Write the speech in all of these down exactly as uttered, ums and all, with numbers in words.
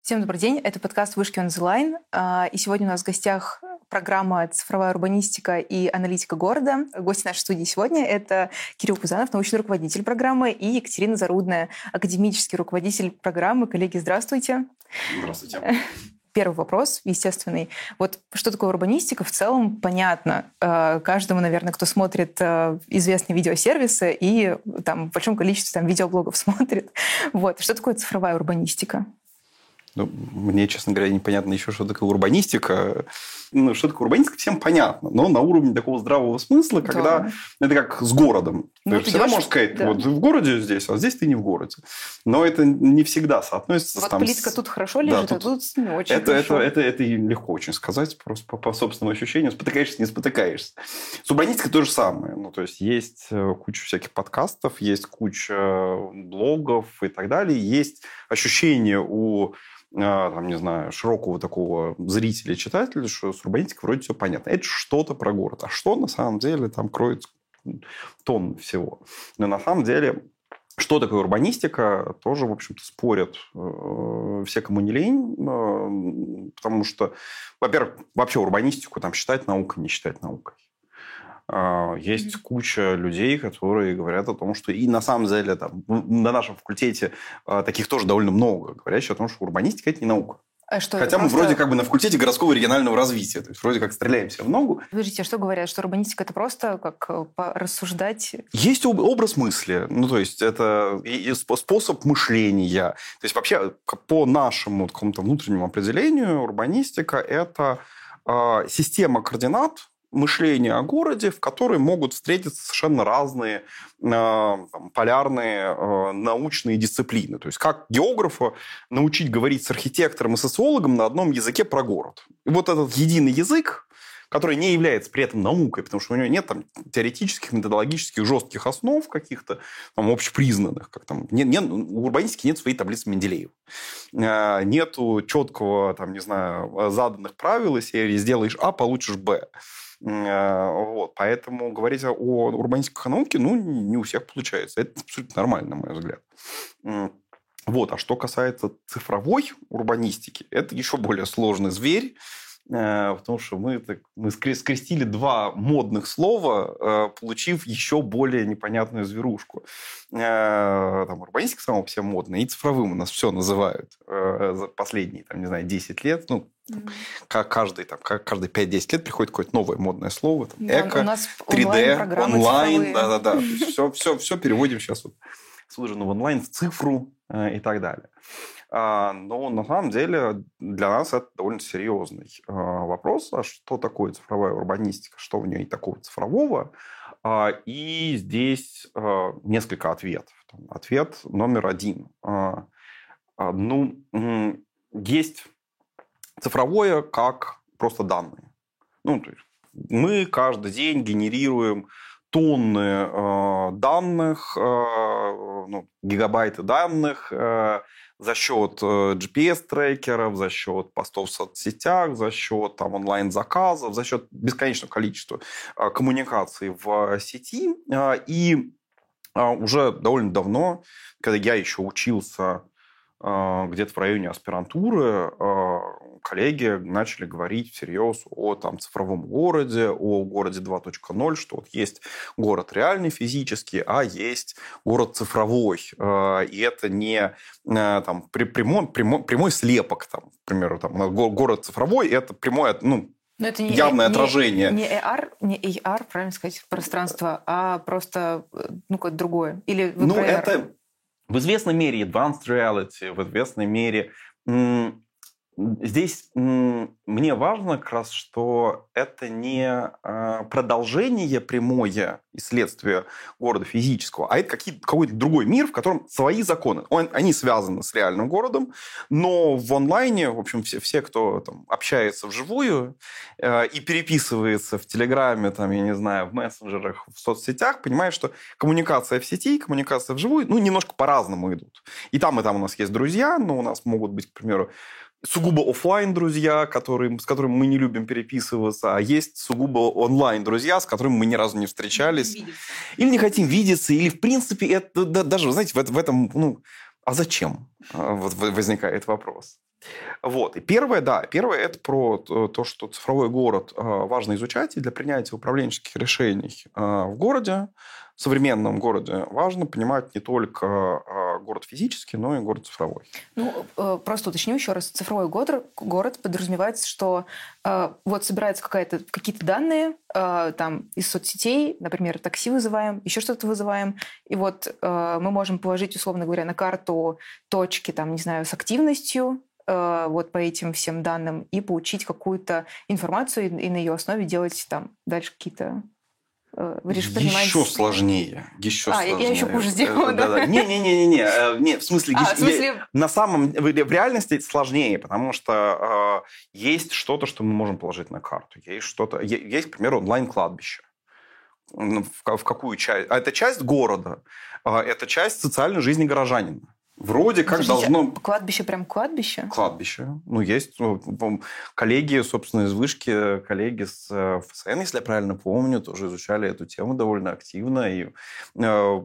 Всем добрый день, это подкаст «Вышки онлайн», и сегодня у нас в гостях программа «Цифровая урбанистика и аналитика города». Гости нашей студии сегодня – это Кирилл Пузанов, научный руководитель программы, и Екатерина Зарудная, академический руководитель программы. Коллеги, здравствуйте. Здравствуйте. Первый вопрос, естественный. Вот что такое урбанистика, в целом понятно каждому, наверное, кто смотрит известные видеосервисы и там, в большом количестве там, видеоблогов смотрит. Вот. Что такое цифровая урбанистика? Ну, мне, честно говоря, непонятно еще, что такое урбанистика. Ну, что такое урбанистика, всем понятно. Но на уровне такого здравого смысла, когда да. это как с городом. Ну, ты всегда можешь сказать, да. вот ты в городе здесь, а здесь ты не в городе. Но это не всегда соотносится. Вот там, плитка с... тут хорошо лежит, да, тут... а тут не очень это, хорошо. Это, это, это легко очень сказать, просто по, по собственному ощущению. Спотыкаешься, не спотыкаешься. С урбанистикой то же самое. Ну, то есть, есть куча всяких подкастов, есть куча блогов и так далее. Есть ощущение у... там, не знаю, широкого такого зрителя, читателя, что с урбанистикой вроде все понятно. Это что-то про город. А что на самом деле там кроется тонн всего. Но на самом деле, что такое урбанистика, тоже, в общем-то, спорят э, все, кому не лень. Э, потому что, во-первых, вообще урбанистику там считать наукой, не считать наукой. Есть mm-hmm. куча людей, которые говорят о том, что и на самом деле там, на нашем факультете таких тоже довольно много, говорящих о том, что урбанистика – это не наука. А что, Хотя мы просто... вроде как бы на факультете городского и регионального развития. То есть, вроде как стреляемся в ногу. Подождите, а что говорят? Что урбанистика – это просто как рассуждать? Есть образ мысли. Ну, то есть, это способ мышления. То есть, вообще, по нашему какому-то внутреннему определению, урбанистика – это э, система координат, мышление о городе, в которой могут встретиться совершенно разные э, там, полярные э, научные дисциплины. То есть, как географа научить говорить с архитектором и социологом на одном языке про город. И вот этот единый язык, который не является при этом наукой, потому что у него нет там, теоретических, методологических, жестких основ каких-то там, общепризнанных. Как, там, нет, нет, у урбанистики нет своей таблицы Менделеева. Э, нету четкого, там, не знаю, заданных правил из серии «сделаешь А, получишь Б». Вот. Поэтому говорить о урбанистикой науке, ну, не у всех получается. Это абсолютно нормально, на мой взгляд. Вот. А что касается цифровой урбанистики, это еще более сложный зверь, потому что мы, так, мы скрестили два модных слова, получив еще более непонятную зверушку. Там, урбанистика сама по себе модная, и цифровым у нас все называют за последние, там, не знаю, десять лет. Ну, mm-hmm. как каждый, там, как каждые пять-десять лет приходит какое-то новое модное слово. Там, да, эко, три дэ, онлайн. Да-да-да. Все, все, все переводим сейчас вот с выраженного в онлайн, в цифру и так далее. Но на самом деле для нас это довольно серьезный вопрос. А что такое цифровая урбанистика? Что в ней такого цифрового? И здесь несколько ответов. Ответ номер один. Ну, есть цифровое как просто данные. Ну, то есть мы каждый день генерируем тонны э, данных, э, ну, гигабайты данных э, за счет э, джи пи эс-трекеров, за счет постов в соцсетях, за счет там, онлайн-заказов, за счет бесконечного количества э, коммуникаций в сети. Э, и э, уже довольно давно, когда я еще учился э, где-то в районе аспирантуры, э, коллеги начали говорить всерьез о там, цифровом городе, о городе два точка ноль, что вот есть город реальный физический, а есть город цифровой. И это не там, прямой, прямой, прямой слепок, там, к примеру, там, город цифровой, это прямое, ну, но это не, явное не, отражение. Не эй ар, не эй ар, правильно сказать, пространство, а просто ну, какое-то другое. Или ну, это в известной мере advanced reality, в известной мере... М- Здесь мне важно как раз, что это не продолжение прямое и следствие города физического, а это какой-то другой мир, в котором свои законы. Они связаны с реальным городом, но в онлайне, в общем, все, все кто там, общается вживую и переписывается в Телеграме, там, я не знаю, в мессенджерах, в соцсетях, понимают, что коммуникация в сети и коммуникация вживую ну, немножко по-разному идут. И там, и там у нас есть друзья, но у нас могут быть, к примеру, сугубо офлайн друзья, которые, с которыми мы не любим переписываться, а есть сугубо онлайн друзья, с которыми мы ни разу не встречались. Не или не хотим видеться, или, в принципе, это да, даже, вы знаете, в, в этом, ну, а зачем? Вот возникает вопрос. Вот. И первое, да, первое это про то, что цифровой город важно изучать, и для принятия управленческих решений в городе, в современном городе, важно понимать не только город физический, но и город цифровой. Ну, просто уточню еще раз. Цифровой город, город подразумевается, что вот собираются какая-то, какие-то данные там, из соцсетей, например, такси вызываем, еще что-то вызываем, и вот мы можем положить, условно говоря, на карту точки, там, не знаю, с активностью, вот по этим всем данным, и получить какую-то информацию, и на ее основе делать там дальше какие-то... Еще сложнее. Еще а, сложнее. я еще хуже сделала, да? Не-не-не, не, в смысле, а, в смысле... на самом в реальности это сложнее, потому что э, есть что-то, что мы можем положить на карту. Есть что-то, есть, к примеру, онлайн-кладбище. В, в какую часть? А это часть города, это часть социальной жизни горожанина. Вроде как Слушайте, должно... Кладбище прям кладбище? Кладбище. Ну, есть ну, коллеги, собственно, из вышки, коллеги с ФСН, если я правильно помню, тоже изучали эту тему довольно активно. И э,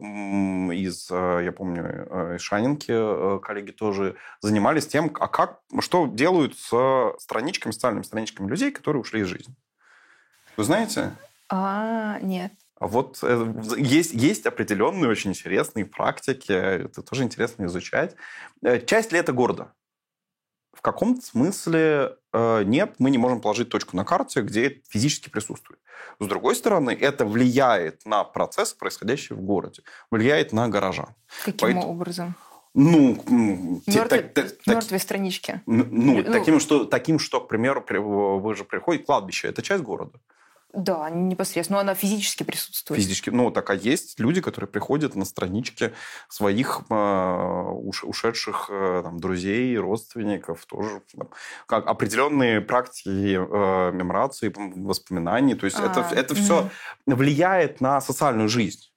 из, я помню, из Шанинки коллеги тоже занимались тем, а как, что делают с страничками, социальными страничками людей, которые ушли из жизни. Вы знаете? А, нет. А вот есть, есть определенные очень интересные практики, это тоже интересно изучать. Часть ли это города? В каком-то смысле нет, мы не можем положить точку на карте, где это физически присутствует. С другой стороны, это влияет на процессы, происходящие в городе, влияет на горожан. Каким Поэтому... образом? Ну, Мертвые, так, так, мертвые странички. Ну, ну, ну, таким, что, таким, что, к примеру, вы же приходите, кладбище, это часть города. Да, непосредственно. Но она физически присутствует. Физически. Ну, так а есть люди, которые приходят на странички своих э, ушедших э, там, друзей, родственников, тоже там, как определенные практики э, меморации, воспоминаний. То есть а, это, это угу. все влияет на социальную жизнь.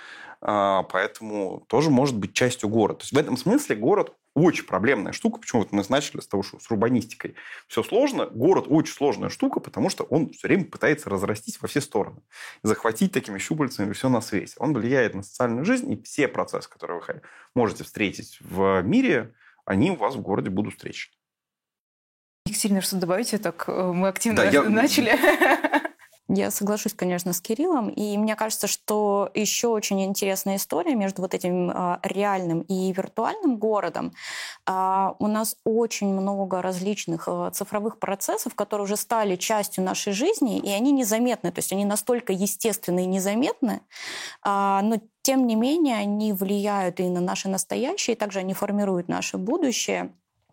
Э, поэтому тоже может быть частью города. То есть в этом смысле город очень проблемная штука. Почему вот мы начали с того, что с урбанистикой все сложно. Город очень сложная штука, потому что он все время пытается разрастись во все стороны. Захватить такими щупальцами все на свете. Он влияет на социальную жизнь, и все процессы, которые вы можете встретить в мире, они у вас в городе будут встречены. Екатерина, что добавите? Так мы активно да, я... начали. Я соглашусь, конечно, с Кириллом. И мне кажется, что еще очень интересная история между вот этим а, реальным и виртуальным городом. А, у нас очень много различных а, цифровых процессов, которые уже стали частью нашей жизни, и они незаметны. То есть они настолько естественны и незаметны, а, но тем не менее они влияют и на наше настоящее, и также они формируют наше будущее.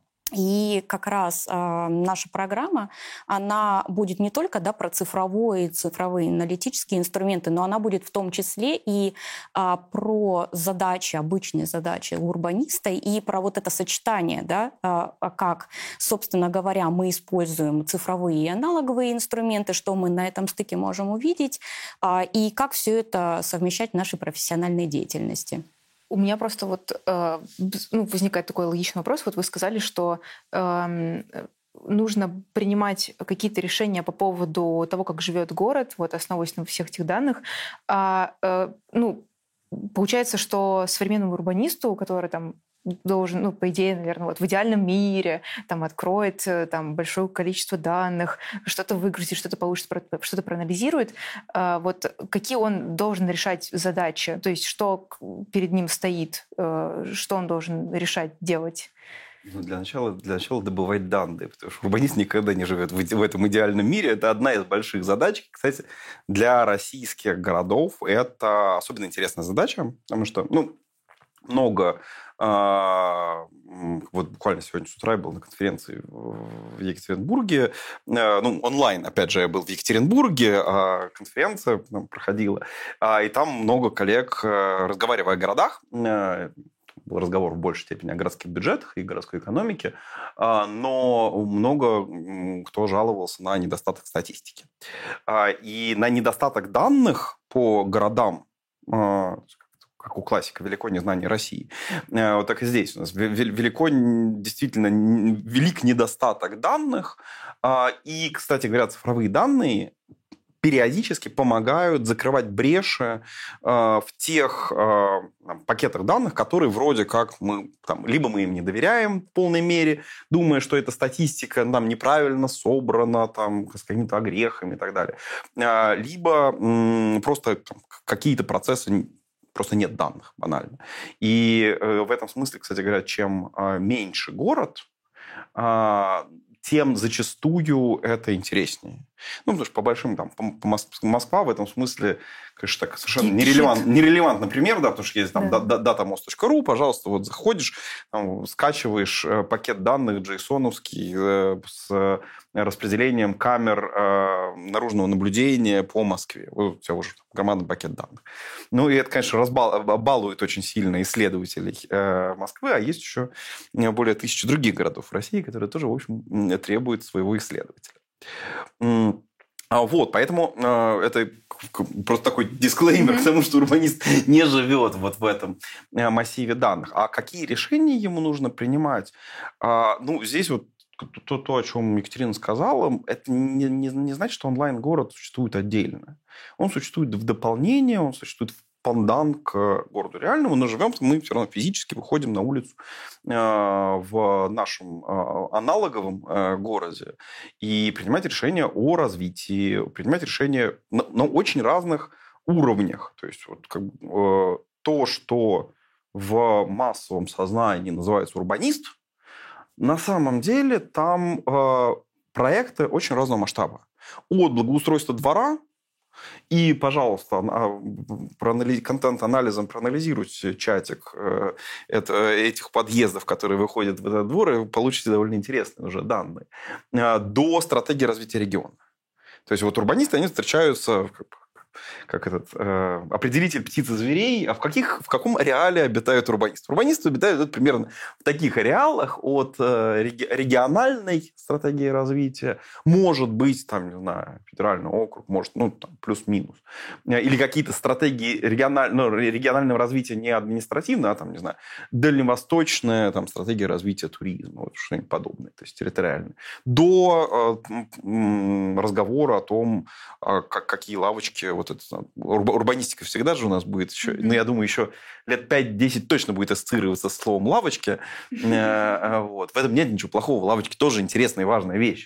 И как раз э, наша программа, она будет не только да, про цифровые, цифровые аналитические инструменты, но она будет в том числе и э, про задачи, обычные задачи урбаниста, и про вот это сочетание, да, э, как, собственно говоря, мы используем цифровые и аналоговые инструменты, что мы на этом стыке можем увидеть, э, и как все это совмещать в нашей профессиональной деятельности. У меня просто вот э, ну, возникает такой логичный вопрос. Вот вы сказали, что э, нужно принимать какие-то решения по поводу того, как живет город, вот, основываясь на всех этих данных. А, э, ну, получается, что современному урбанисту, который там должен, ну, по идее, наверное, вот в идеальном мире там откроет там большое количество данных, что-то выгрузит, что-то получит, что-то проанализирует. Вот какие он должен решать задачи? То есть что перед ним стоит, что он должен решать, делать? Ну, для начала, для начала добывать данные, потому что урбанист никогда не живет в, в этом идеальном мире. Это одна из больших задач. Кстати, для российских городов это особенно интересная задача, потому что, ну, много... Вот буквально сегодня с утра я был на конференции в Екатеринбурге. Ну, онлайн, опять же, я был в Екатеринбурге, а конференция проходила. И там много коллег, разговаривая о городах, был разговор в большей степени о городских бюджетах и городской экономике, но много кто жаловался на недостаток статистики. И на недостаток данных по городам, как у классика, велико незнание России. Вот так и здесь у нас велико, действительно, велик недостаток данных. И, кстати говоря, цифровые данные периодически помогают закрывать бреши э, в тех э, пакетах данных, которые вроде как мы, там, либо мы им не доверяем в полной мере, думая, что эта статистика там, неправильно собрана, там, с какими-то огрехами и так далее, э, либо э, просто там, какие-то процессы, просто нет данных, банально. И э, в этом смысле, кстати говоря, чем э, меньше город, э, тем зачастую это интереснее. Ну, потому что по большим, там, по, по Москва в этом смысле, конечно, так совершенно нерелевант, нерелевантный пример, да, потому что есть там да. datamos точка ру, пожалуйста, вот заходишь, там, скачиваешь пакет данных джейсоновский э, с распределением камер э, наружного наблюдения по Москве. Вот у тебя уже громадный пакет данных. Ну, и это, конечно, разбал, балует очень сильно исследователей э, Москвы, а есть еще более тысячи других городов России, которые тоже, в общем, требуют своего исследователя. Вот, поэтому э, это просто такой дисклеймер mm-hmm. к тому, что урбанист не живет вот в этом массиве данных. А какие решения ему нужно принимать? А, ну, здесь вот то, то, о чем Екатерина сказала, это не, не, не значит, что онлайн-город существует отдельно. Он существует в дополнение, он существует в пандан к городу реальному, но живем мы все равно физически, выходим на улицу э, в нашем э, аналоговом э, городе и принимать решения о развитии, принимать решения на, на очень разных уровнях. То есть вот, как, э, то, что в массовом сознании называется урбанист, на самом деле там э, проекты очень разного масштаба. От благоустройства двора и, пожалуйста, контент-анализом проанализируйте чатик этих подъездов, которые выходят в этот двор, и вы получите довольно интересные уже данные, до стратегии развития региона. То есть вот урбанисты, они встречаются как этот э, определитель птиц и зверей, а в, каких, в каком ареале обитают урбанисты? Урбанисты обитают вот, примерно в таких ареалах от э, реги- региональной стратегии развития, может быть, там, не знаю, федеральный округ, может, ну, там, плюс-минус. Или какие-то стратегии региональ... ну, регионального развития не административно, а, там, не знаю, дальневосточная там, стратегия развития туризма, вот что-нибудь подобное, то есть территориальное. До э, разговора о том, э, как, какие лавочки вот это, урбанистика всегда же у нас будет еще, mm-hmm. ну, я думаю, еще лет пять-десять точно будет ассоциироваться с словом «лавочки». Вот. В этом нет ничего плохого. Лавочки тоже интересная и важная вещь.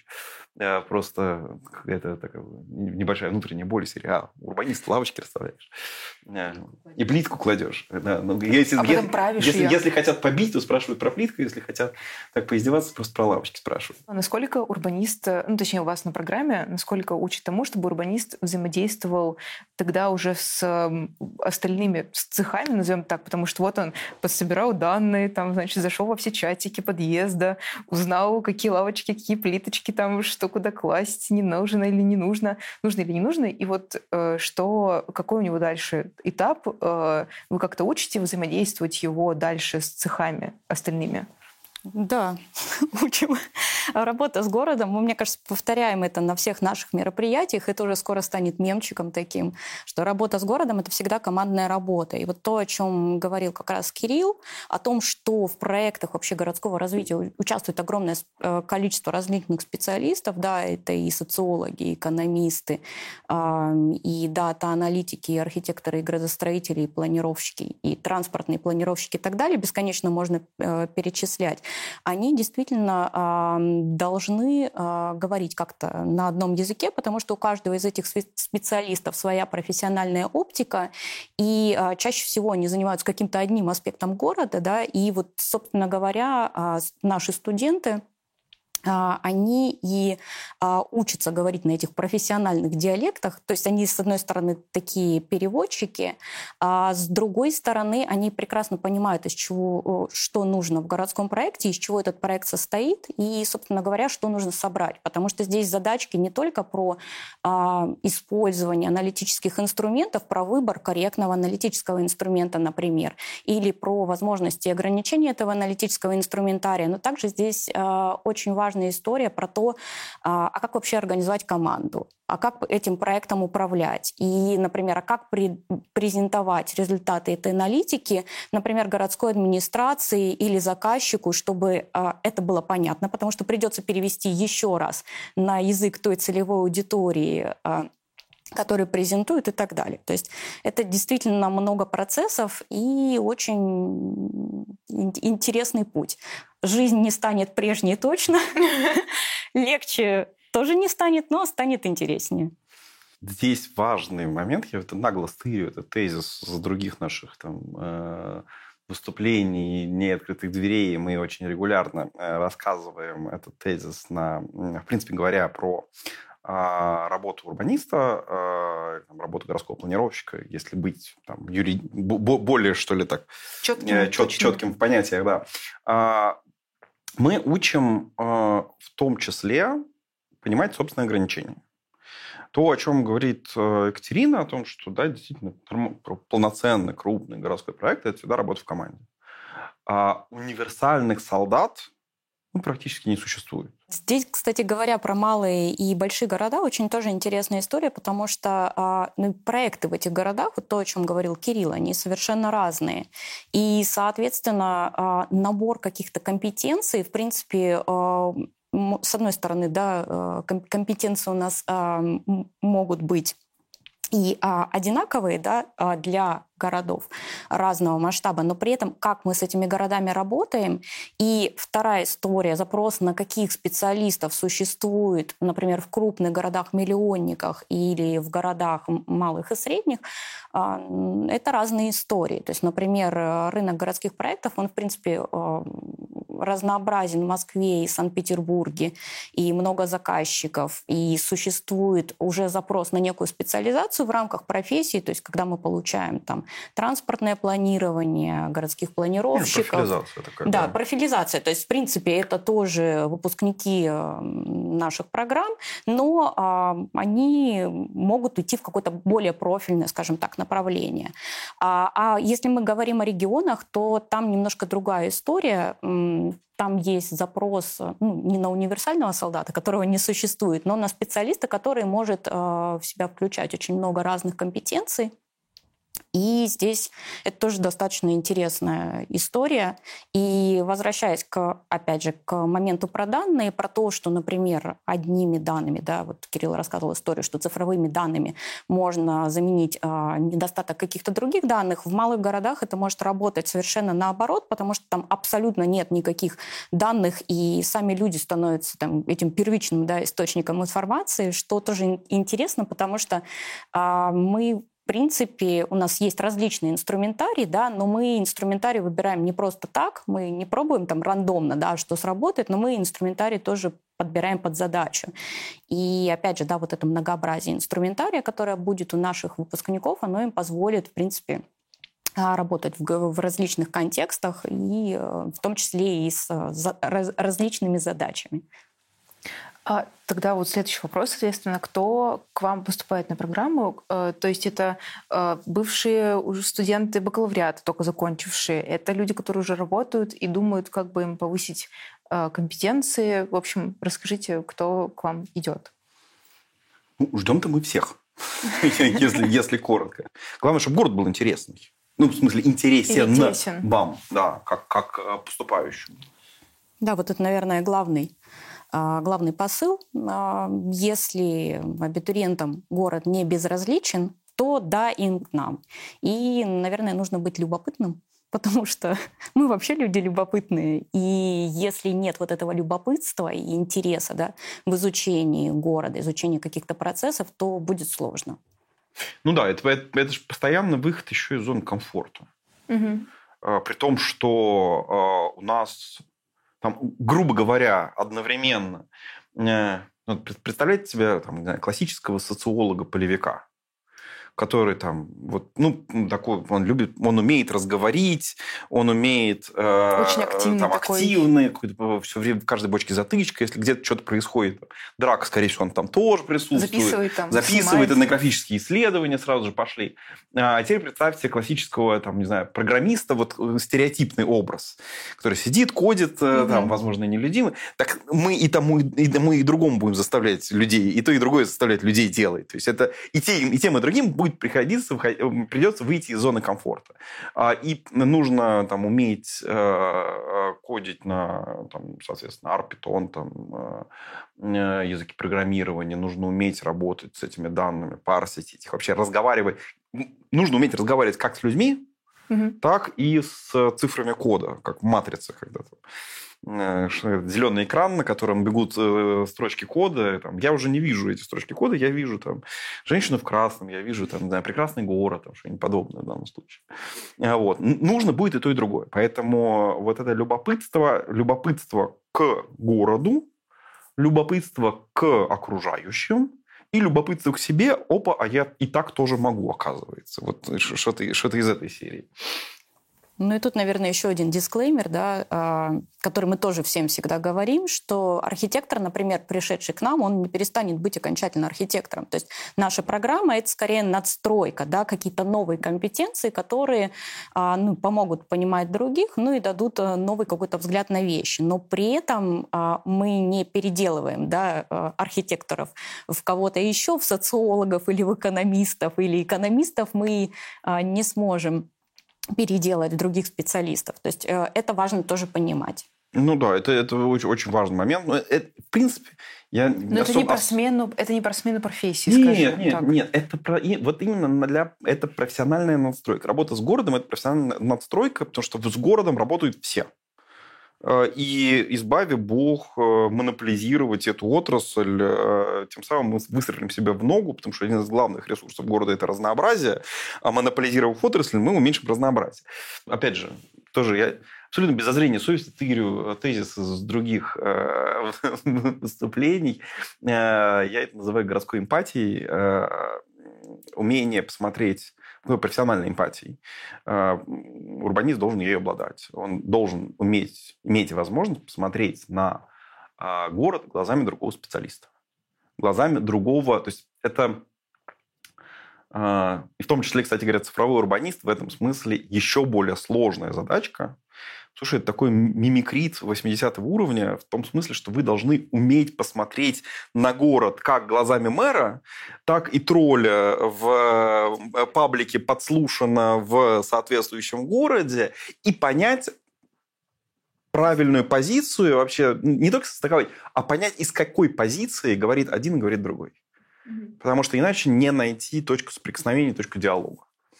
Просто это такая небольшая внутренняя боль сериала. Урбанист лавочки расставляешь. И плитку кладешь. Да. Если, а потом правишь если, ее. Если хотят побить, то спрашивают про плитку. Если хотят так поиздеваться, просто про лавочки спрашивают. А насколько урбанист, ну, точнее, у вас на программе, насколько учит тому, чтобы урбанист взаимодействовал тогда уже с остальными с цехами, назовем так, потому что вот он подсобирал данные, там, значит, зашел во все чатики подъезда, узнал, какие лавочки, какие плиточки там, что куда класть, не нужно или не нужно, нужно или не нужно, и вот э, что, какой у него дальше этап, э, вы как-то учите взаимодействовать его дальше с цехами остальными? Да, учим. Работа с городом, мы, мне кажется, повторяем это на всех наших мероприятиях, это уже скоро станет мемчиком таким, что работа с городом – это всегда командная работа. И вот то, о чем говорил как раз Кирилл, о том, что в проектах вообще городского развития участвует огромное количество различных специалистов, да, это и социологи, и экономисты, и дата-аналитики, и архитекторы, и градостроители, и планировщики, и транспортные планировщики и так далее, бесконечно можно перечислять. Они действительно э, должны э, говорить как-то на одном языке, потому что у каждого из этих специалистов своя профессиональная оптика, и э, чаще всего они занимаются каким-то одним аспектом города, да, и вот, собственно говоря, э, наши студенты, они и а, учатся говорить на этих профессиональных диалектах. То есть они, с одной стороны, такие переводчики, а с другой стороны, они прекрасно понимают, из чего, что нужно в городском проекте, из чего этот проект состоит, и, собственно говоря, что нужно собрать. Потому что здесь задачки не только про а, использование аналитических инструментов, про выбор корректного аналитического инструмента, например, или про возможности ограничения этого аналитического инструментария, но также здесь а, очень важно история про то, а как вообще организовать команду, а как этим проектом управлять. И, например, а как при, презентовать результаты этой аналитики, например, городской администрации или заказчику, чтобы а, это было понятно, потому что придется перевести еще раз на язык той целевой аудитории а, которые презентуют и так далее. То есть это действительно много процессов и очень интересный путь. Жизнь не станет прежней точно, легче тоже не станет, но станет интереснее. Здесь важный момент, я это нагло стырю, этот тезис за других наших там, э, выступлений, неоткрытых дверей. Мы очень регулярно э, рассказываем этот тезис, на, в принципе говоря, про э, работу урбаниста, э, работу городского планировщика, если быть там, юри... более, что ли, так, четким, э, чет, четким в понятиях. Да. Э, мы учим э, в том числе понимать собственные ограничения. То, о чем говорит Екатерина, о том, что да, действительно полноценный, крупный городской проект – это всегда работа в команде. А универсальных солдат ну, практически не существует. Здесь, кстати говоря, про малые и большие города очень тоже интересная история, потому что ну, проекты в этих городах, вот то, о чем говорил Кирилл, они совершенно разные. И, соответственно, набор каких-то компетенций, в принципе, с одной стороны, да, компетенции у нас могут быть и одинаковые, да, для городов разного масштаба, но при этом как мы с этими городами работаем. И вторая история, запрос на каких специалистов существует, например, в крупных городах-миллионниках или в городах малых и средних, это разные истории. То есть, например, рынок городских проектов, он, в принципе, разнообразен в Москве и Санкт-Петербурге, и много заказчиков, и существует уже запрос на некую специализацию в рамках профессии, то есть когда мы получаем там транспортное планирование, городских планировщиков. Ну, профилизация такая. Да, да, профилизация. То есть, в принципе, это тоже выпускники наших программ, но а, они могут идти в какое-то более профильное, скажем так, направление. А, а если мы говорим о регионах, то там немножко другая история. Там есть запрос ну, не на универсального солдата, которого не существует, но на специалиста, который может э, в себя включать очень много разных компетенций. И здесь это тоже достаточно интересная история. И возвращаясь, к, опять же, к моменту про данные, про то, что, например, одними данными, да, вот Кирилл рассказывал историю, что цифровыми данными можно заменить э, недостаток каких-то других данных, в малых городах это может работать совершенно наоборот, потому что там абсолютно нет никаких данных, и сами люди становятся там, этим первичным да, источником информации, что тоже интересно, потому что э, мы... В принципе, у нас есть различные инструментарии, да, но мы инструментарий выбираем не просто так, мы не пробуем там рандомно, да, что сработает, но мы инструментарий тоже подбираем под задачу. И опять же, да, вот это многообразие инструментария, которое будет у наших выпускников, оно им позволит, в принципе, работать в, в различных контекстах, и в том числе и с за, раз, различными задачами. А тогда вот следующий вопрос, соответственно, кто к вам поступает на программу? То есть это бывшие уже студенты бакалавриата, только закончившие, это люди, которые уже работают и думают, как бы им повысить компетенции. В общем, расскажите, кто к вам идет. Ну, ждем-то мы всех, если, если коротко. Главное, чтобы город был интересный. Ну, в смысле, интересен, интересен. Вам, да, как, как поступающим. Да, вот это, наверное, главный Главный посыл, если абитуриентам город не безразличен, то да, им к нам. И, наверное, нужно быть любопытным, потому что мы вообще люди любопытные. И если нет вот этого любопытства и интереса да, в изучении города, изучении каких-то процессов, то будет сложно. Ну да, это, это, это же постоянно выход еще из зоны комфорта. Угу. При том, что у нас... Там, грубо говоря, одновременно э, представляете себе там, не знаю, классического социолога-полевика, который там вот ну такой он любит, он умеет разговорить, он умеет э, очень активный, там, такой. активный все время в каждой бочке затычка, если где-то что-то происходит, драка, скорее всего, он там тоже присутствует, записывает, там, записывает этнографические исследования, сразу же пошли. А теперь представьте классического там не знаю программиста, вот стереотипный образ, который сидит, кодит, mm-hmm. там, возможно, нелюдимый. Так мы и тому и тому и другому будем заставлять людей, и то и другое заставлять людей делать. То есть это и тем и тем и другим будет будет приходиться, придется выйти из зоны комфорта. И нужно там, уметь кодить на, там, соответственно, ар, Python, там, языки программирования, нужно уметь работать с этими данными, парсить их, вообще разговаривать. Нужно уметь разговаривать как с людьми, угу. так и с цифрами кода, как в матрице когда-то. Зеленый экран, на котором бегут строчки кода. Там, я уже не вижу эти строчки кода, я вижу там женщину в красном, я вижу там, не знаю, прекрасный город, там, что-нибудь подобное в данном случае. Вот. Нужно будет и то, и другое. Поэтому вот это любопытство, любопытство к городу, любопытство к окружающим и любопытство к себе. Опа, а я и так тоже могу, оказывается. Вот что-то, что-то из этой серии. Ну и тут, наверное, еще один дисклеймер, да, который мы тоже всем всегда говорим, что архитектор, например, пришедший к нам, он не перестанет быть окончательно архитектором. То есть наша программа – это скорее надстройка, да, какие-то новые компетенции, которые ну, помогут понимать других, ну и дадут новый какой-то взгляд на вещи. Но при этом мы не переделываем, да, архитекторов в кого-то еще, в социологов или в экономистов, или экономистов мы не сможем переделать других специалистов. То есть э, это важно тоже понимать. Ну да, это, это очень, очень важный момент. Но это, в принципе, я... Но это, особо... не про смену, это не про смену профессии, нет, скажем нет, так. Нет, это про, вот именно для, это профессиональная надстройка. Работа с городом – это профессиональная надстройка, потому что с городом работают все. И избави Бог монополизировать эту отрасль, тем самым мы выстрелим себя в ногу, потому что один из главных ресурсов города – это разнообразие, а монополизировав отрасль, мы уменьшим разнообразие. Опять же, тоже я абсолютно без зазрения совести тырю тезисы с других выступлений. Я это называю городской эмпатией, умение посмотреть, ну, профессиональной эмпатией. Урбанист должен ею обладать. Он должен уметь, иметь возможность посмотреть на город глазами другого специалиста. Глазами другого... То есть это... И в том числе, кстати говоря, цифровой урбанист в этом смысле еще более сложная задачка. Слушай, это такой мимикрит восьмидесятого уровня в том смысле, что вы должны уметь посмотреть на город как глазами мэра, так и тролля в паблике подслушано в соответствующем городе и понять правильную позицию вообще, не только состыковать, а понять, из какой позиции говорит один и говорит другой. Mm-hmm. Потому что иначе не найти точку соприкосновения, точку диалога.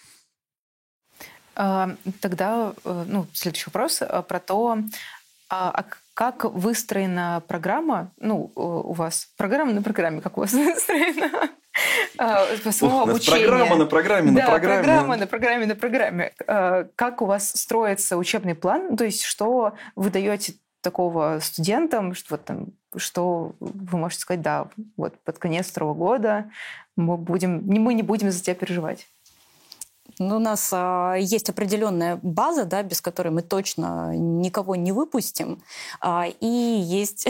Тогда ну, следующий вопрос про то, а как выстроена программа, ну, у вас программа на программе, как у вас выстроена? По своему обучению. Программа на программе, да, на программе. программа на программе, на программе. Как у вас строится учебный план? То есть что вы даете такого студентам, что, вот, там, что вы можете сказать, да, вот под конец второго года мы, будем, мы не будем за тебя переживать? Ну, у нас а, есть определенная база, да, без которой мы точно никого не выпустим. А, и есть...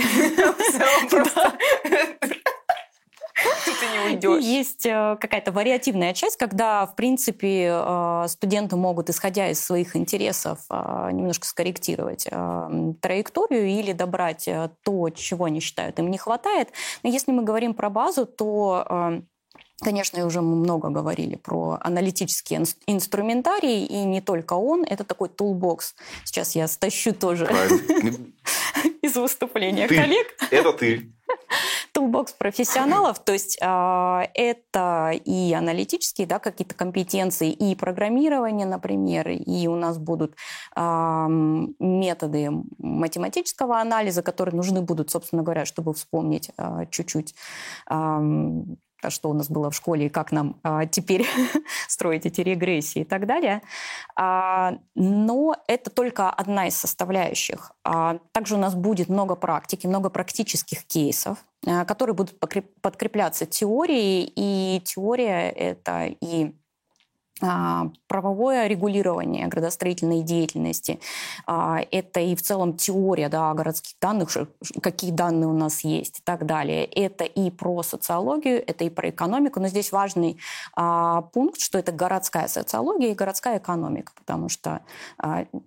Ты не уйдешь. Есть какая-то вариативная часть, когда, в принципе, студенты могут, исходя из своих интересов, немножко скорректировать траекторию или добрать то, чего они считают им не хватает. Но если мы говорим про базу, то... Конечно, уже мы много говорили про аналитический инструментарий, и не только он. Это такой тулбокс. Сейчас я стащу тоже из выступления коллег. Это ты. Тулбокс профессионалов, то есть э, это и аналитические, да, какие-то компетенции, и программирование, например, и у нас будут э, методы математического анализа, которые нужны будут, собственно говоря, чтобы вспомнить э, чуть-чуть, э, что у нас было в школе и как нам а, теперь строить эти регрессии и так далее. А, но это только одна из составляющих. А, также у нас будет много практики, много практических кейсов, а, которые будут подкрепляться теорией. И теория – это и правовое регулирование градостроительной деятельности. Это и в целом теория, да, городских данных, какие данные у нас есть и так далее. Это и про социологию, это и про экономику. Но здесь важный а, пункт, что это городская социология и городская экономика, потому что а,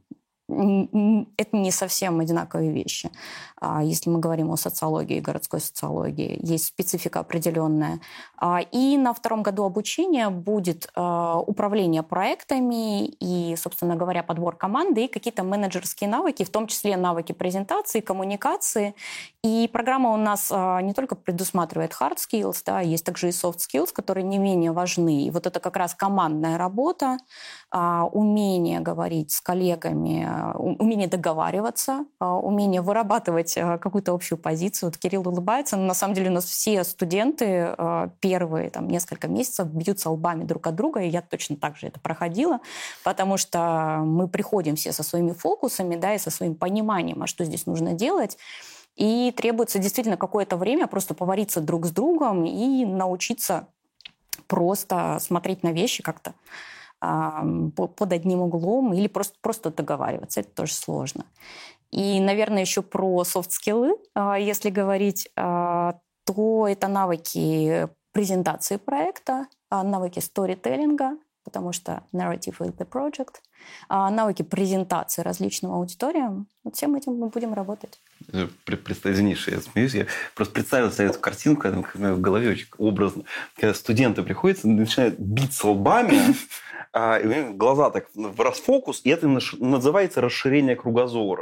это не совсем одинаковые вещи. Если мы говорим о социологии, городской социологии, есть специфика определенная. И на втором году обучения будет управление проектами и, собственно говоря, подбор команды и какие-то менеджерские навыки, в том числе навыки презентации, коммуникации. И программа у нас не только предусматривает hard skills, да, есть также и soft skills, которые не менее важны. И вот это как раз командная работа, умение говорить с коллегами, умение договариваться, умение вырабатывать какую-то общую позицию. Вот Кирилл улыбается, но на самом деле у нас все студенты первые там, несколько месяцев бьются лбами друг от друга, и я точно так же это проходила, потому что мы приходим все со своими фокусами, да, и со своим пониманием, а что здесь нужно делать, и требуется действительно какое-то время просто повариться друг с другом и научиться просто смотреть на вещи как-то под одним углом или просто, просто договариваться. Это тоже сложно. И, наверное, еще про софт-скиллы, если говорить, то это навыки презентации проекта, навыки сторителлинга, потому что narrative is the project, навыки презентации различным аудиториям. Вот всем этим мы будем работать. Извини, что я смеюсь. Я просто представил себе эту картинку, когда в голове очень образно. Когда студенты приходят и начинают биться лбами, и у них глаза так в расфокус, и это называется расширение кругозора.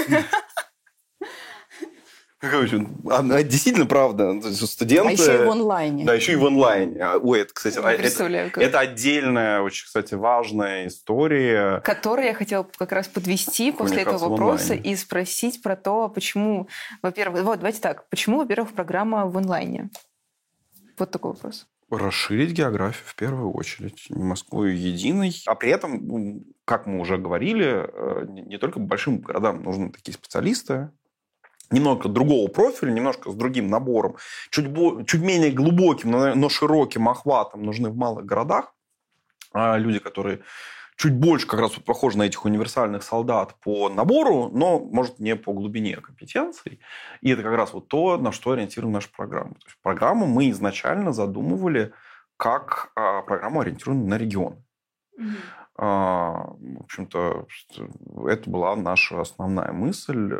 Действительно, правда. Студенты... А еще и в онлайне. Да, еще и в онлайне. Ой, это, кстати, это, как... это отдельная, очень, кстати, важная история. Которую я хотела как раз подвести после этого вопроса и спросить про то, почему, во-первых... Вот, давайте так. Почему, во-первых, программа в онлайне? Вот такой вопрос. Расширить географию в первую очередь. Не Москвой единой. А при этом, как мы уже говорили, не только большим городам нужны такие специалисты. Немного другого профиля, немножко с другим набором. Чуть, бо- чуть менее глубоким, но, но широким охватом нужны в малых городах. А люди, которые чуть больше как раз похожи на этих универсальных солдат по набору, но, может, не по глубине компетенций. И это как раз вот то, на что ориентирована наша программа. То есть программу мы изначально задумывали как а, программу, ориентированную на регион. Mm-hmm. А, в общем-то, это была наша основная мысль.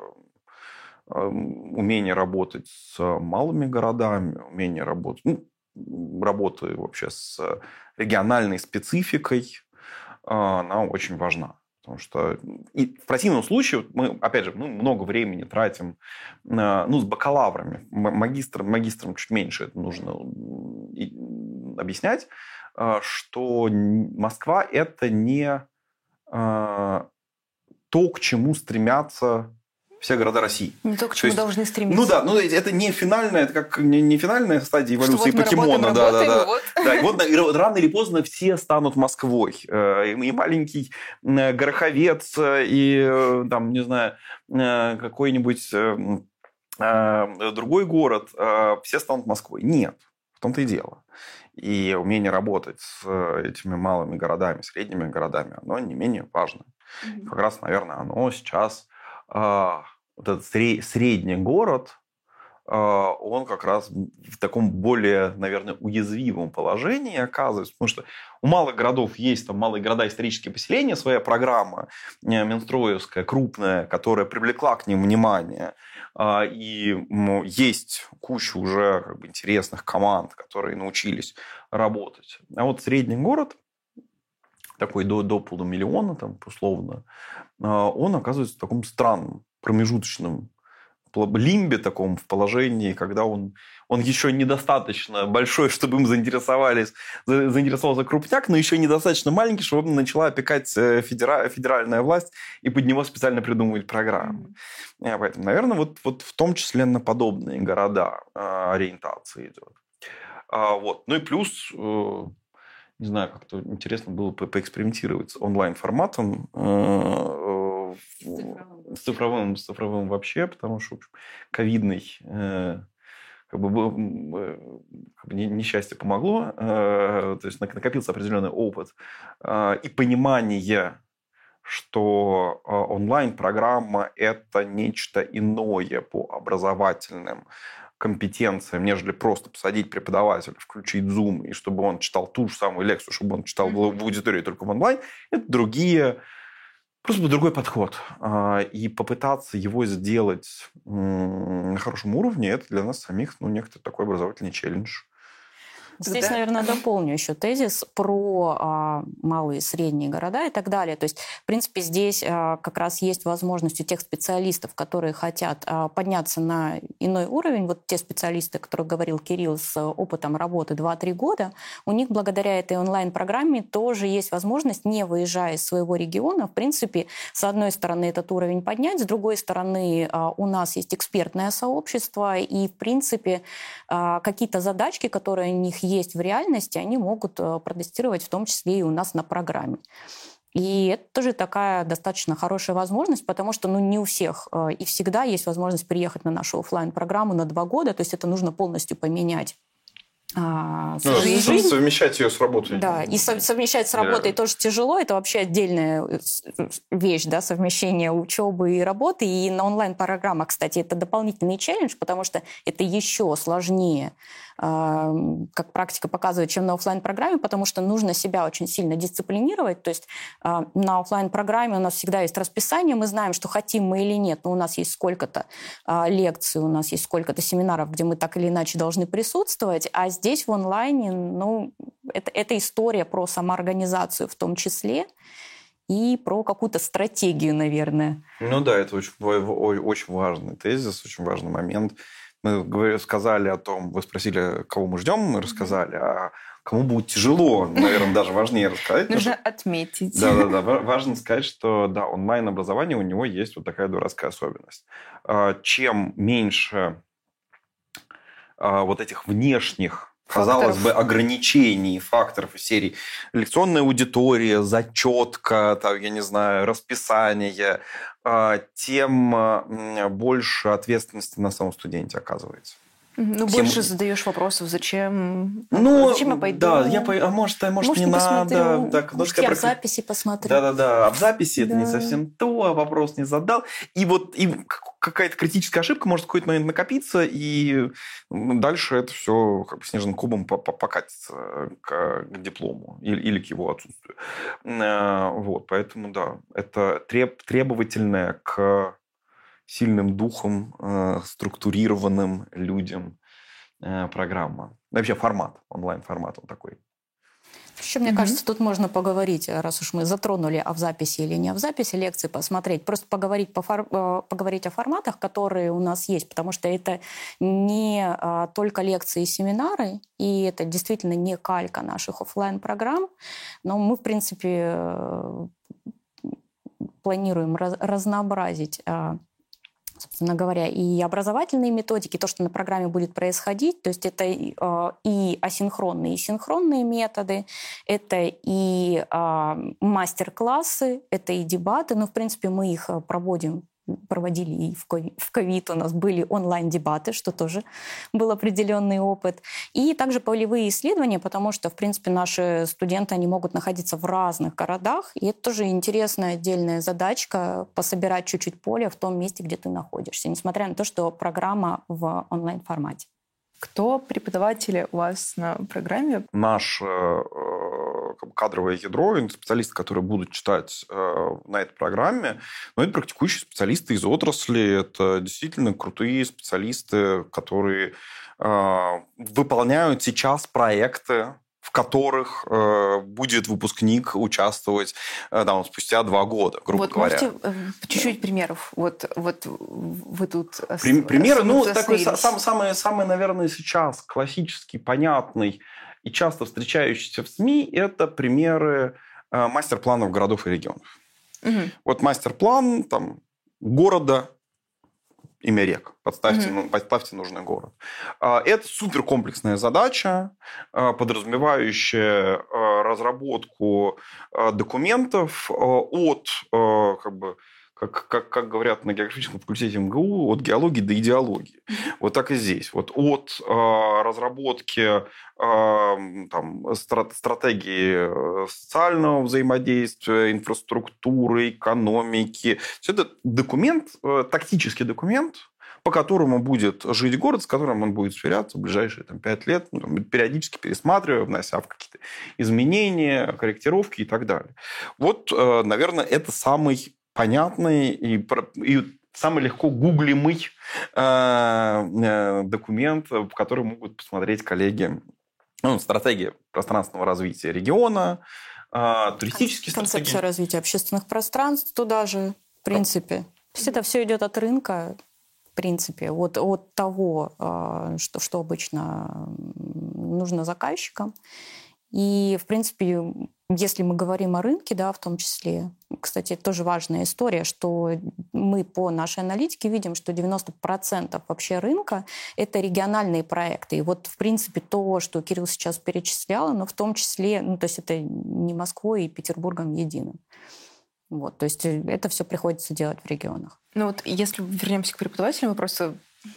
Умение работать с малыми городами, умение работать, ну, работы вообще с региональной спецификой, она очень важна. Потому что и в противном случае, мы, опять же, мы много времени тратим ну, с бакалаврами, магистром, магистрам чуть меньше это нужно объяснять, что Москва – это не то, к чему стремятся все города России. Не то, к чему есть, должны стремиться. Ну да, ну это не финальная, это как не, не финальная стадия эволюции вот покемона. Работаем, да, работаем, да, да. Вот. Да, и вот рано или поздно все станут Москвой. И маленький Гороховец, и там, не знаю, какой-нибудь другой город, все станут Москвой. Нет, в том-то и дело. И умение работать с этими малыми городами, средними городами, оно не менее важно. Mm-hmm. Как раз, наверное, оно сейчас... Вот этот средний город, он как раз в таком более, наверное, уязвимом положении оказывается, потому что у малых городов есть, там, малые города, исторические поселения, своя программа Минстроевская, крупная, которая привлекла к ним внимание, и есть куча уже как бы интересных команд, которые научились работать. А вот средний город, такой до, до полумиллиона, там, условно, он оказывается в таком странном промежуточном лимбе таком в положении, когда он, он еще недостаточно большой, чтобы им заинтересовались, заинтересовался крупняк, но еще недостаточно маленький, чтобы начала опекать федера, федеральная власть и под него специально придумывать программы. Mm-hmm. Поэтому, наверное, вот, вот в том числе на подобные города ориентация идет. Вот. Ну и плюс... Не знаю, как-то интересно было по- поэкспериментировать с онлайн-форматом, э- с, цифровым, с цифровым вообще, потому что, в общем, ковидный э- как бы, э- как бы несчастье помогло, э- то есть накопился определенный опыт э- и понимание, что э- онлайн-программа – это нечто иное по образовательным компетенциям, нежели просто посадить преподавателя, включить Zoom, и чтобы он читал ту же самую лекцию, чтобы он читал mm-hmm. в аудитории только в онлайн. Это другие Просто другой подход. И попытаться его сделать на хорошем уровне, это для нас самих, ну, некоторый такой образовательный челлендж. Здесь, Да. наверное, дополню еще тезис про а, малые и средние города и так далее. То есть, в принципе, здесь а, как раз есть возможность у тех специалистов, которые хотят а, подняться на иной уровень. Вот те специалисты, о которых говорил Кирилл, с опытом работы два-три года, у них благодаря этой онлайн-программе тоже есть возможность, не выезжая из своего региона, в принципе, с одной стороны, этот уровень поднять, с другой стороны, а, у нас есть экспертное сообщество, и, в принципе, а, какие-то задачки, которые у них есть в реальности, они могут протестировать в том числе и у нас на программе. И это тоже такая достаточно хорошая возможность, потому что ну, не у всех и всегда есть возможность приехать на нашу офлайн-программу на два года, то есть это нужно полностью поменять. А, ну, жизнь. Совмещать ее с работой. Да, и совмещать с работой yeah. тоже тяжело. Это вообще отдельная вещь, да, совмещение учебы и работы. И на онлайн-программах, кстати, это дополнительный челлендж, потому что это еще сложнее, как практика показывает, чем на офлайн-программе, потому что нужно себя очень сильно дисциплинировать. То есть на офлайн-программе у нас всегда есть расписание, мы знаем, что хотим мы или нет, но у нас есть сколько-то лекций, у нас есть сколько-то семинаров, где мы так или иначе должны присутствовать, а здесь в онлайне, ну, это, это история про самоорганизацию в том числе и про какую-то стратегию, наверное. Ну да, это очень, очень важный тезис, очень важный момент. Мы сказали о том, вы спросили, кого мы ждем, мы рассказали, а кому будет тяжело, наверное, даже важнее рассказать. Нужно отметить. Да-да-да, важно сказать, что да, онлайн-образование, у него есть вот такая дурацкая особенность. Чем меньше вот этих внешних, казалось бы, ограничений, факторов из серии лекционная аудитория, зачетка, там, я не знаю, расписание, тем больше ответственности на самом студенте оказывается. Ну, Всем... больше задаешь вопросов, зачем, ну, зачем я пойду? Да, я по... а может, а может, может не надо. Так, может, я в записи посмотрю. Да-да-да, а в записи да. это не совсем то, а вопрос не задал. И вот и какая-то критическая ошибка может в какой-то момент накопиться, и дальше это все как бы снежным кубом покатится к, к диплому или, или к его отсутствию. Вот, поэтому, да, это треб... требовательное к сильным духом, э, структурированным людям э, программа. Вообще формат, онлайн-формат он такой. Еще, мне mm-hmm. кажется, тут можно поговорить, раз уж мы затронули, а в записи или не в записи лекции посмотреть, просто поговорить, по фор... поговорить о форматах, которые у нас есть, потому что это не а, только лекции и семинары, и это действительно не калька наших офлайн-программ, но мы, в принципе, планируем раз... разнообразить а, собственно говоря, и образовательные методики, то, что на программе будет происходить, то есть это и асинхронные, и синхронные методы, это и мастер-классы, это и дебаты, но, в принципе, мы их проводим, проводили и в ковид у нас были онлайн-дебаты, что тоже был определенный опыт. И также полевые исследования, потому что, в принципе, наши студенты, они могут находиться в разных городах, и это тоже интересная отдельная задачка пособирать чуть-чуть поле в том месте, где ты находишься, несмотря на то, что программа в онлайн-формате. Кто преподаватели у вас на программе? Наш э, кадровое ядро, специалисты, которые будут читать э, на этой программе, но это практикующие специалисты из отрасли, это действительно крутые специалисты, которые э, выполняют сейчас проекты, в которых э, будет выпускник участвовать э, там, спустя два года, грубо вот говоря. Можете э, чуть-чуть примеров? Вот, вот вы тут... При, примеры? Ну, такой сам, самый, самый, наверное, сейчас классический, понятный и часто встречающийся в СМИ – это примеры э, мастер-планов городов и регионов. Угу. Вот мастер-план там, города, имя рек. Подставьте, mm-hmm. подставьте нужный город. Это суперкомплексная задача, подразумевающая разработку документов от, как бы, как, как, как говорят на географическом факультете МГУ, от геологии до идеологии. Mm-hmm. Вот так и здесь. Вот от разработки там, стратегии социального взаимодействия, инфраструктуры, экономики. Все это документ, тактический документ, по которому будет жить город, с которым он будет сверяться в ближайшие там, пять лет, ну, там, периодически пересматривая, внося в какие-то изменения, корректировки и так далее. Вот, наверное, это самый понятный и, и самый легко гуглимый э, документ, в который могут посмотреть коллеги. Ну, стратегия пространственного развития региона, э, туристические Концепция стратегии. Концепция развития общественных пространств туда же, в принципе. То есть это все идет от рынка, в принципе, от, от того, э, что, что обычно нужно заказчикам. И, в принципе, если мы говорим о рынке, да, в том числе, кстати, это тоже важная история, что мы по нашей аналитике видим, что девяносто процентов вообще рынка – это региональные проекты. И вот, в принципе, то, что Кирилл сейчас перечислял, но в том числе, ну, то есть это не Москвой и Петербургом единым. Вот, то есть это все приходится делать в регионах. Ну вот если вернемся к преподавателям, мы просто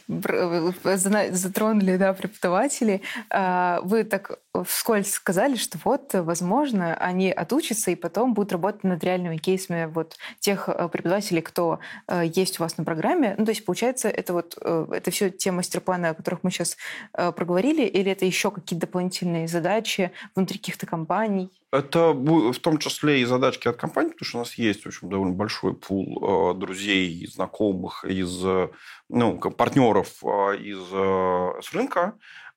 затронули, да, преподавателей. Вы так вскользь сказали, что вот, возможно, они отучатся и потом будут работать над реальными кейсами вот тех преподавателей, кто есть у вас на программе. Ну, то есть, получается, это вот это все те мастер-планы, о которых мы сейчас проговорили, или это еще какие-то дополнительные задачи внутри каких-то компаний? Это в том числе и задачки от компании, потому что у нас есть, в общем, довольно большой пул друзей, знакомых из, ну, партнеров из с рынка,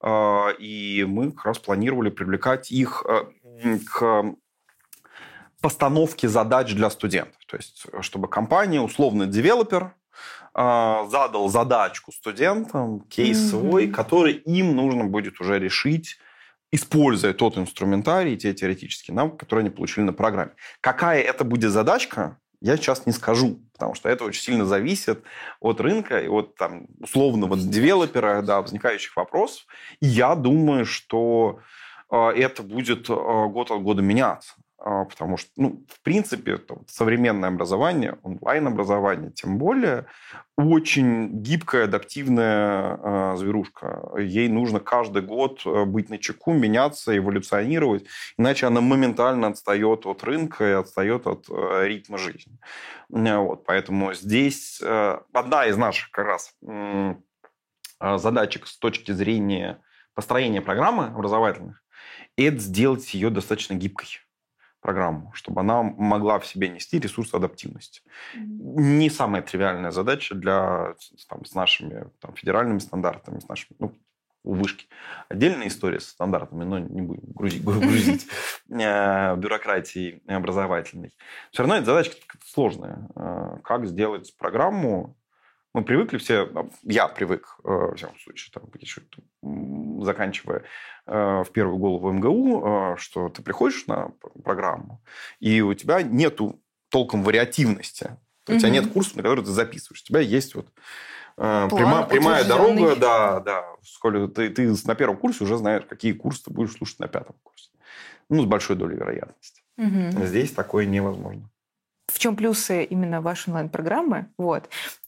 и мы как раз планировали привлекать их к постановке задач для студентов. То есть, чтобы компания, условно, девелопер, задал задачку студентам, кейс свой, mm-hmm. который им нужно будет уже решить, используя тот инструментарий, те теоретические навыки, которые они получили на программе. Какая это будет задачка, я сейчас не скажу, потому что это очень сильно зависит от рынка и от там, условного девелопера, да, возникающих вопросов. И я думаю, что э, это будет э, год от года меняться. Э, потому что, ну, в принципе, это современное образование, онлайн-образование, тем более, очень гибкая, адаптивная э, зверушка. Ей нужно каждый год быть начеку, меняться, эволюционировать, иначе она моментально отстает от рынка и отстает от э, ритма жизни. Вот, поэтому здесь э, одна из наших как раз э, задачек с точки зрения построения программы образовательных – это сделать ее достаточно гибкой. Программу, чтобы она могла в себе нести ресурс адаптивности. Mm-hmm. Не самая тривиальная задача для, там, с нашими там, федеральными стандартами, с нашими, ну, у вышки. Отдельная история со стандартами, но не будем грузить, грузить бюрократией образовательной. Все равно эта задача сложная. Как сделать программу? Мы привыкли все, я привык, в всяком случае, там, заканчивая в первую голову эм гэ у, что ты приходишь на программу, и у тебя нету толком вариативности. У тебя нет курсов, на которые ты записываешь. У тебя есть вот пряма, прямая дорога, да, да. Сколько ты, ты на первом курсе уже знаешь, какие курсы ты будешь слушать на пятом курсе. Ну, с большой долей вероятности. Угу. Здесь такое невозможно. В чем плюсы именно вашей онлайн-программы? Вот.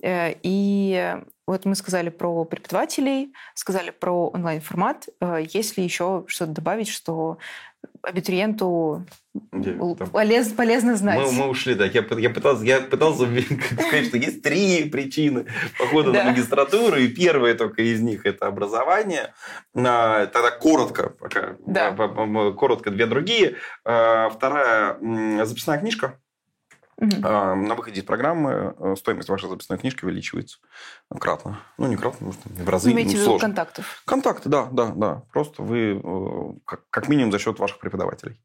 И вот мы сказали про преподавателей, сказали про онлайн-формат. Есть ли еще что-то добавить, что абитуриенту yeah, полез, полезно знать? Мы, мы ушли, да. Я, я пытался, я пытался сказать, что есть три причины похода на магистратуру, и первая только из них – это образование. Тогда коротко, пока, коротко две другие. Вторая – записная книжка. Uh-huh. На выходе из программы стоимость вашей записной книжки увеличивается кратно. Ну, не кратно, может, в разы. Вы имеете в виду контактов? Контакты, да, да, да. Просто вы, как минимум, за счет ваших преподавателей.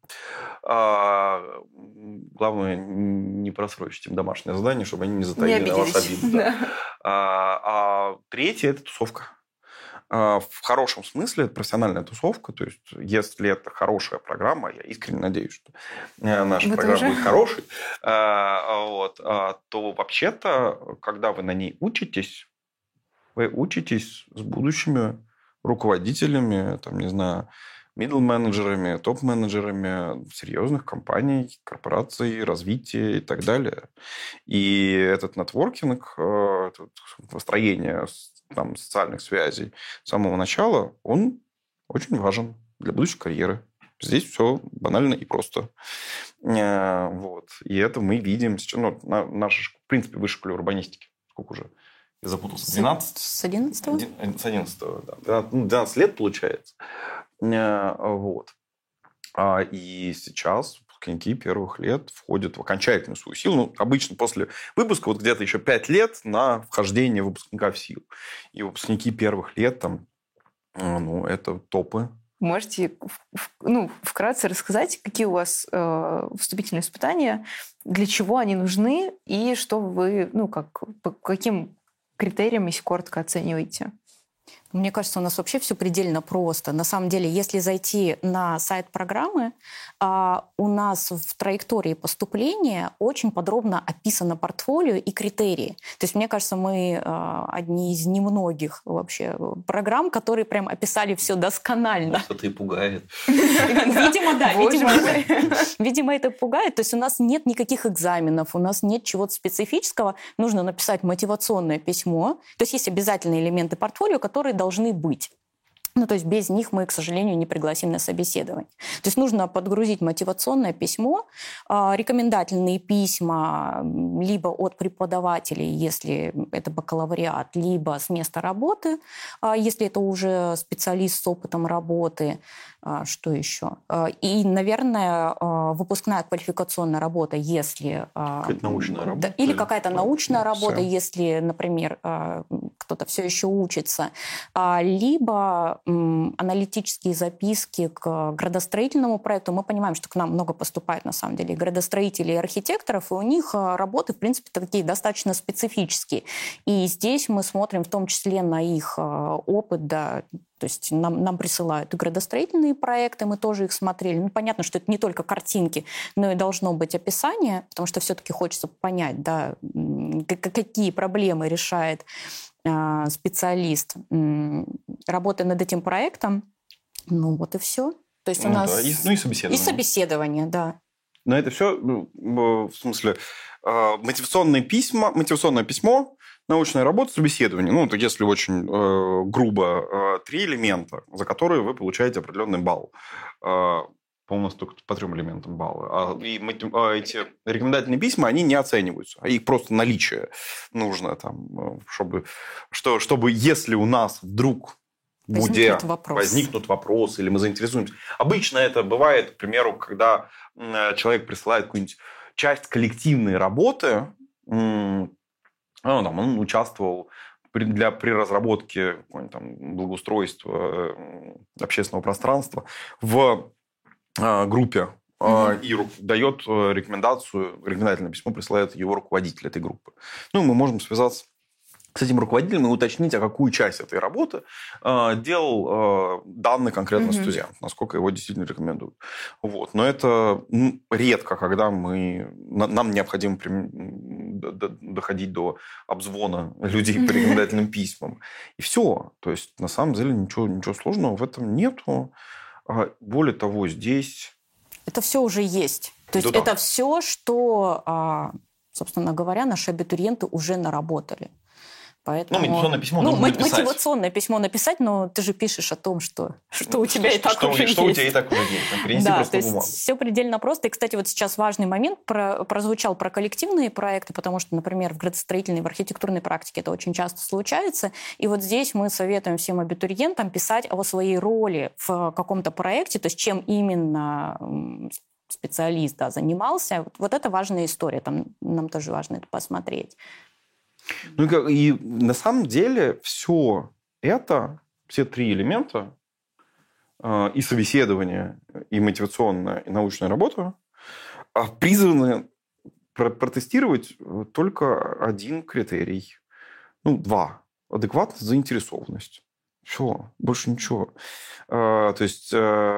Главное, не просрочить им домашнее задание, чтобы они не затаили на вас обиду. Да. А третье – это тусовка. В хорошем смысле это профессиональная тусовка. То есть, если это хорошая программа, я искренне надеюсь, что наша вы программа тоже? будет хорошей, вот, то вообще-то, когда вы на ней учитесь, вы учитесь с будущими руководителями, там, не знаю, мидл-менеджерами, топ-менеджерами серьезных компаний, корпораций, развития и так далее. И этот нетворкинг, это построение там, социальных связей с самого начала, он очень важен для будущей карьеры. Здесь все банально и просто. Вот. И это мы видим сейчас. Ну, наша, в принципе, высшая школа урбанистики. Сколько уже? Я запутался. двенадцать? С одиннадцатого? С одиннадцатого, да. двенадцать лет, получается. Вот. И сейчас выпускники первых лет входят в окончательную свою силу. Ну, обычно после выпуска вот где-то еще пять лет на вхождение выпускника в силу. И выпускники первых лет там, ну, это топы. Можете ну, вкратце рассказать, какие у вас э, вступительные испытания, для чего они нужны и что вы, ну, как, по каким критериям, если коротко, оцениваете? Мне кажется, у нас вообще все предельно просто. На самом деле, если зайти на сайт программы, у нас в траектории поступления очень подробно описано портфолио и критерии. То есть, мне кажется, мы одни из немногих вообще программ, которые прям описали все досконально. Что-то и пугает. Видимо, да. Видимо, это пугает. То есть, у нас нет никаких экзаменов, у нас нет чего-то специфического. Нужно написать мотивационное письмо. То есть, есть обязательные элементы портфолио, которые должны быть. Ну, то есть без них мы, к сожалению, не пригласим на собеседование. То есть нужно подгрузить мотивационное письмо, рекомендательные письма либо от преподавателей, если это бакалавриат, либо с места работы, если это уже специалист с опытом работы. Что еще? И, наверное, выпускная квалификационная работа, если... Какая-то научная работа. Да, или какая-то научная работа, все. Если, например, кто-то все еще учится. Либо аналитические записки к градостроительному проекту. Мы понимаем, что к нам много поступает, на самом деле, градостроителей и архитекторов, и у них работы, в принципе, такие достаточно специфические. И здесь мы смотрим в том числе на их опыт, да, то есть нам, нам присылают и градостроительные проекты, мы тоже их смотрели. Ну, понятно, что это не только картинки, но и должно быть описание, потому что все-таки хочется понять, да, какие проблемы решает специалист, работая над этим проектом. Ну, вот и все. То есть у ну, нас... Да. И, ну, и собеседование. И собеседование, да. Но это все, ну, в смысле, мотивационные письма, мотивационное письмо, научная работа, собеседование. Ну, это если очень э, грубо, э, три элемента, за которые вы получаете определенный балл. Э, по-моему, у нас только по трем элементам баллы. А, и а эти рекомендательные письма, они не оцениваются. А их просто наличие нужно, там, чтобы, что, чтобы если у нас вдруг возникнут, будет, вопрос. возникнут вопросы, или мы заинтересуемся. Обычно это бывает, к примеру, когда человек присылает какую-нибудь часть коллективной работы, ну, там, он участвовал при, для, при разработке там, благоустройства общественного пространства в э, группе mm-hmm. э, и ру, дает рекомендацию, рекомендательное письмо присылает его руководитель этой группы. Ну, мы можем связаться с этим руководителем и уточнить, а какую часть этой работы э, делал э, данный конкретно mm-hmm. студент, насколько его действительно рекомендуют. Вот. Но это ну, редко, когда мы, на, нам необходимо при, до, доходить до обзвона людей по рекомендательным письмам. И все. То есть, на самом деле, ничего, ничего сложного в этом нету. Более того, здесь... Это все уже есть. То есть, да, это да. все, что, собственно говоря, наши абитуриенты уже наработали. Поэтому... Ну, мотивационное письмо ну, нужно написать. Мотивационное письмо написать, но ты же пишешь о том, что, что у тебя что, и так что, уже что есть. Что у тебя и так уже есть. Принеси да, просто то есть бумагу. Все предельно просто. И, кстати, вот сейчас важный момент про, прозвучал про коллективные проекты, потому что, например, в градостроительной, в архитектурной практике это очень часто случается. И вот здесь мы советуем всем абитуриентам писать о своей роли в каком-то проекте, то есть чем именно специалист да, занимался. Вот, вот это важная история. Там, нам тоже важно это посмотреть. Ну и на самом деле все это, все три элемента, и собеседование, и мотивационная, и научная работа, призваны протестировать только один критерий. Ну, два. Адекватность, заинтересованность. Все, больше ничего. То есть,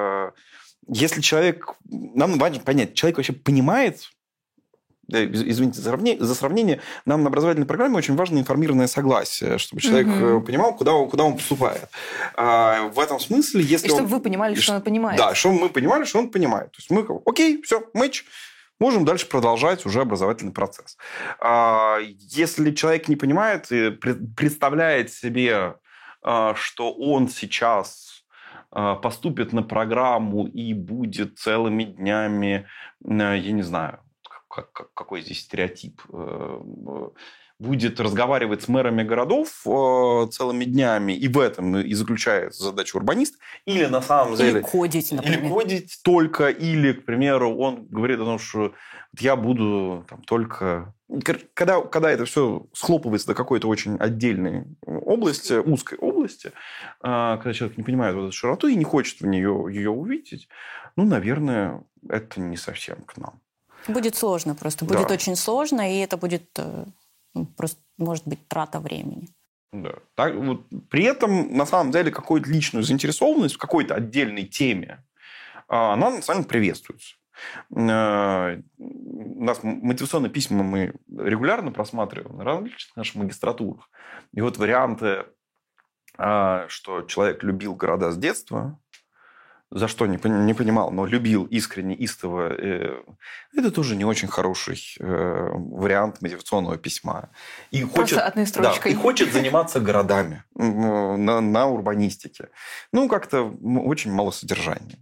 если человек... Нам важно понять, человек вообще понимает... Извините за сравнение, нам на образовательной программе очень важно информированное согласие, чтобы человек mm-hmm. понимал, куда он, куда он поступает. А в этом смысле, если И он... чтобы вы понимали, что он понимает. Да, чтобы мы понимали, что он понимает. То есть мы, окей, все, мэч, можем дальше продолжать уже образовательный процесс. А если человек не понимает и представляет себе, что он сейчас поступит на программу и будет целыми днями, я не знаю, какой здесь стереотип, будет разговаривать с мэрами городов э, целыми днями, и в этом и заключается задача урбаниста, или на самом деле... Или кодить, например. Или кодить только, или, к примеру, он говорит о том, что я буду там, только... Когда, когда это все схлопывается до какой-то очень отдельной области, узкой области, э, когда человек не понимает вот эту широту и не хочет в нее, ее увидеть, ну, наверное, это не совсем к нам. Будет сложно просто. Будет да. очень сложно, и это будет... Просто, может быть, трата времени. Да. Так, вот, при этом, на самом деле, какую-то личную заинтересованность в какой-то отдельной теме, она, на самом деле, приветствуется. У нас мотивационные письма мы регулярно просматриваем на различных наших магистратурах. И вот варианты, что человек любил города с детства, за что не, не понимал, но любил искренне, истово, это тоже не очень хороший вариант мотивационного письма. И хочет, одной строчкой. Да, и хочет заниматься городами на, на урбанистике. Ну, как-то очень мало содержания.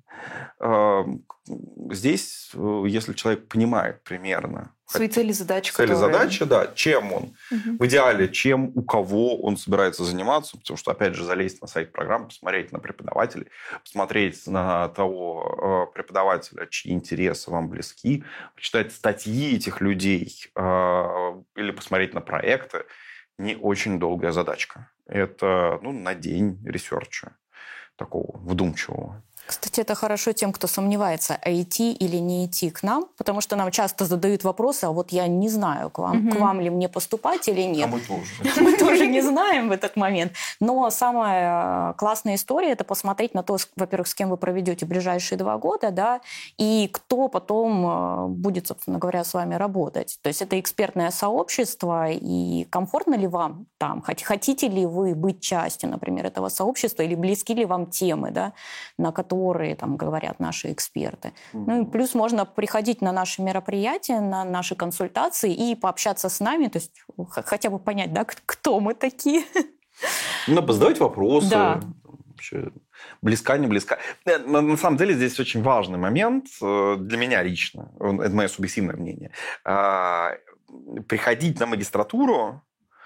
Здесь, если человек понимает примерно... Свои цели, задачи. Цели, которые... задачи, да. Чем он, угу. в идеале, чем, у кого он собирается заниматься. Потому что, опять же, залезть на сайт программы, посмотреть на преподавателей, посмотреть на того преподавателя, чьи интересы вам близки, почитать статьи этих людей или посмотреть на проекты. Не очень долгая задачка. Это ну, на день ресерча такого вдумчивого. Кстати, это хорошо тем, кто сомневается, а идти или не идти к нам, потому что нам часто задают вопросы, а вот я не знаю, к вам, mm-hmm. к вам ли мне поступать или нет. А мы тоже. Мы тоже не знаем в этот момент. Но самая классная история – это посмотреть на то, во-первых, с кем вы проведете ближайшие два года, да, и кто потом будет, собственно говоря, с вами работать. То есть это экспертное сообщество, и комфортно ли вам там? Хотите ли вы быть частью, например, этого сообщества, или близки ли вам темы, да, на которые которые там говорят наши эксперты. Mm-hmm. Ну и плюс можно приходить на наши мероприятия, на наши консультации и пообщаться с нами, то есть хотя бы понять, да, кто мы такие. Ну, позадавать вопросы. Да. Вообще, близка, не близка. На, на самом деле здесь очень важный момент для меня лично, это мое субъективное мнение. Приходить на магистратуру...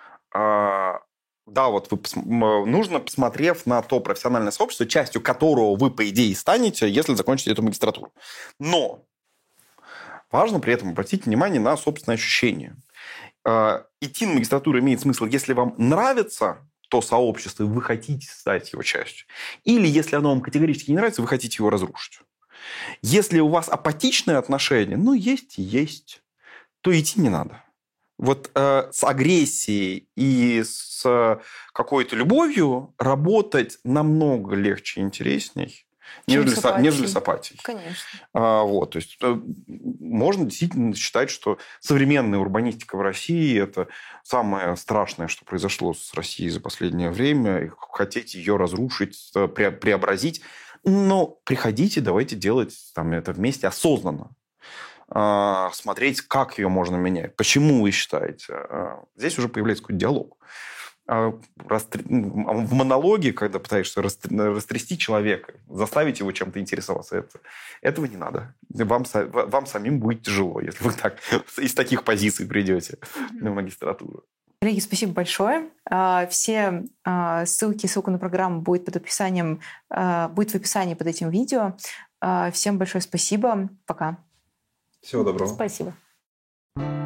Да, вот вы, нужно, посмотрев на то профессиональное сообщество, частью которого вы, по идее, станете, если закончите эту магистратуру. Но важно при этом обратить внимание на собственные ощущения. Идти на магистратуру имеет смысл, если вам нравится то сообщество, и вы хотите стать его частью. Или если оно вам категорически не нравится, вы хотите его разрушить. Если у вас апатичное отношение, ну, есть и есть, то идти не надо. Вот э, с агрессией и с какой-то любовью работать намного легче и интересней, нежели с, с нежели с апатией. Конечно. А, вот, то есть э, можно действительно считать, что современная урбанистика в России – это самое страшное, что произошло с Россией за последнее время. И хотеть ее разрушить, пре- преобразить. Но приходите, давайте делать там, это вместе осознанно. Смотреть, как ее можно менять, почему вы считаете. Здесь уже появляется какой-то диалог. В монологе, когда пытаешься растрясти человека, заставить его чем-то интересоваться, это, этого не надо. Вам, вам самим будет тяжело, если вы так, из таких позиций придете на магистратуру. Коллеги, спасибо большое. Все ссылки, ссылка на программу будет под описанием, будет в описании под этим видео. Всем большое спасибо. Пока. Всего доброго. Спасибо.